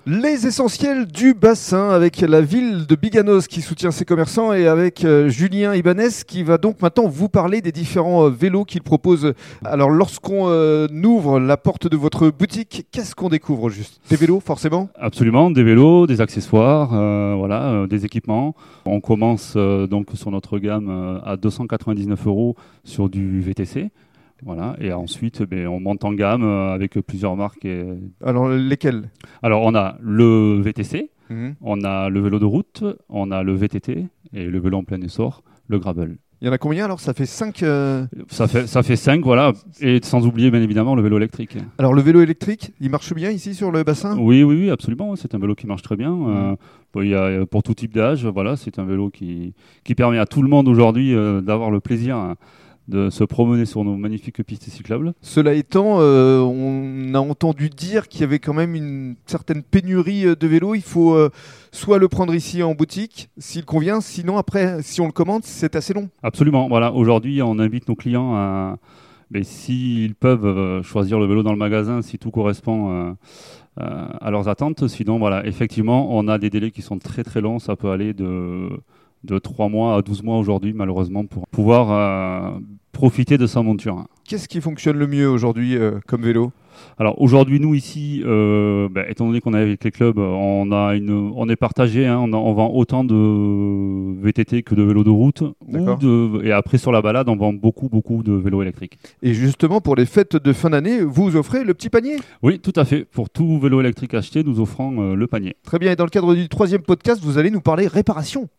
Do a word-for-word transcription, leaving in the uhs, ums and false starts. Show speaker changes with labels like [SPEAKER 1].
[SPEAKER 1] Les essentiels du bassin avec la ville de Biganos qui soutient ses commerçants et avec euh, Julien Ibanez qui va donc maintenant vous parler des différents euh, vélos qu'il propose. Alors lorsqu'on euh, ouvre la porte de votre boutique, qu'est-ce qu'on découvre juste? Des vélos forcément?
[SPEAKER 2] Absolument, des vélos, des accessoires, euh, voilà, euh, des équipements. On commence euh, donc sur notre gamme euh, à deux cent quatre-vingt-dix-neuf euros sur du V T C. Voilà, et ensuite, ben, on monte en gamme euh, avec plusieurs marques. Et...
[SPEAKER 1] Alors lesquelles?
[SPEAKER 2] Alors, on a le V T C,
[SPEAKER 1] mmh.
[SPEAKER 2] on a le vélo de route, on a le V T T et le vélo en plein essor, le gravel.
[SPEAKER 1] Il y en a combien alors? Ça fait cinq euh...
[SPEAKER 2] Ça fait ça fait cinq, voilà, et sans oublier bien évidemment le vélo électrique.
[SPEAKER 1] Alors le vélo électrique, il marche bien ici sur le bassin?
[SPEAKER 2] Oui, oui, oui, absolument. C'est un vélo qui marche très bien.
[SPEAKER 1] Mmh.
[SPEAKER 2] Euh, bon, il y a, pour tout type d'âge, voilà, c'est un vélo qui qui permet à tout le monde aujourd'hui euh, d'avoir le plaisir hein, de se promener sur nos magnifiques pistes cyclables.
[SPEAKER 1] Cela étant, euh, on a entendu dire qu'il y avait quand même une certaine pénurie de vélos. Il faut euh, soit le prendre ici en boutique, s'il convient, sinon après, si on le commande, c'est assez long.
[SPEAKER 2] Absolument. Voilà. Aujourd'hui, on invite nos clients à, mais s'ils peuvent euh, choisir le vélo dans le magasin, si tout correspond euh, euh, à leurs attentes. Sinon, voilà, effectivement, on a des délais qui sont très très longs. Ça peut aller de de trois mois à douze mois aujourd'hui, malheureusement, pour pouvoir euh, profiter de sa monture.
[SPEAKER 1] Qu'est-ce qui fonctionne le mieux aujourd'hui euh, comme vélo ?
[SPEAKER 2] Alors aujourd'hui, nous ici, euh, bah, étant donné qu'on est avec les clubs, on, a une, on est partagé, hein, on, a, on vend autant de V T T que de vélos de route. Ou de, et après, sur la balade, on vend beaucoup, beaucoup de vélos électriques.
[SPEAKER 1] Et justement, pour les fêtes de fin d'année, vous offrez le petit panier ?
[SPEAKER 2] Oui, tout à fait. Pour tout vélo électrique acheté, nous offrons euh, le panier.
[SPEAKER 1] Très bien. Et dans le cadre du troisième podcast, vous allez nous parler réparation.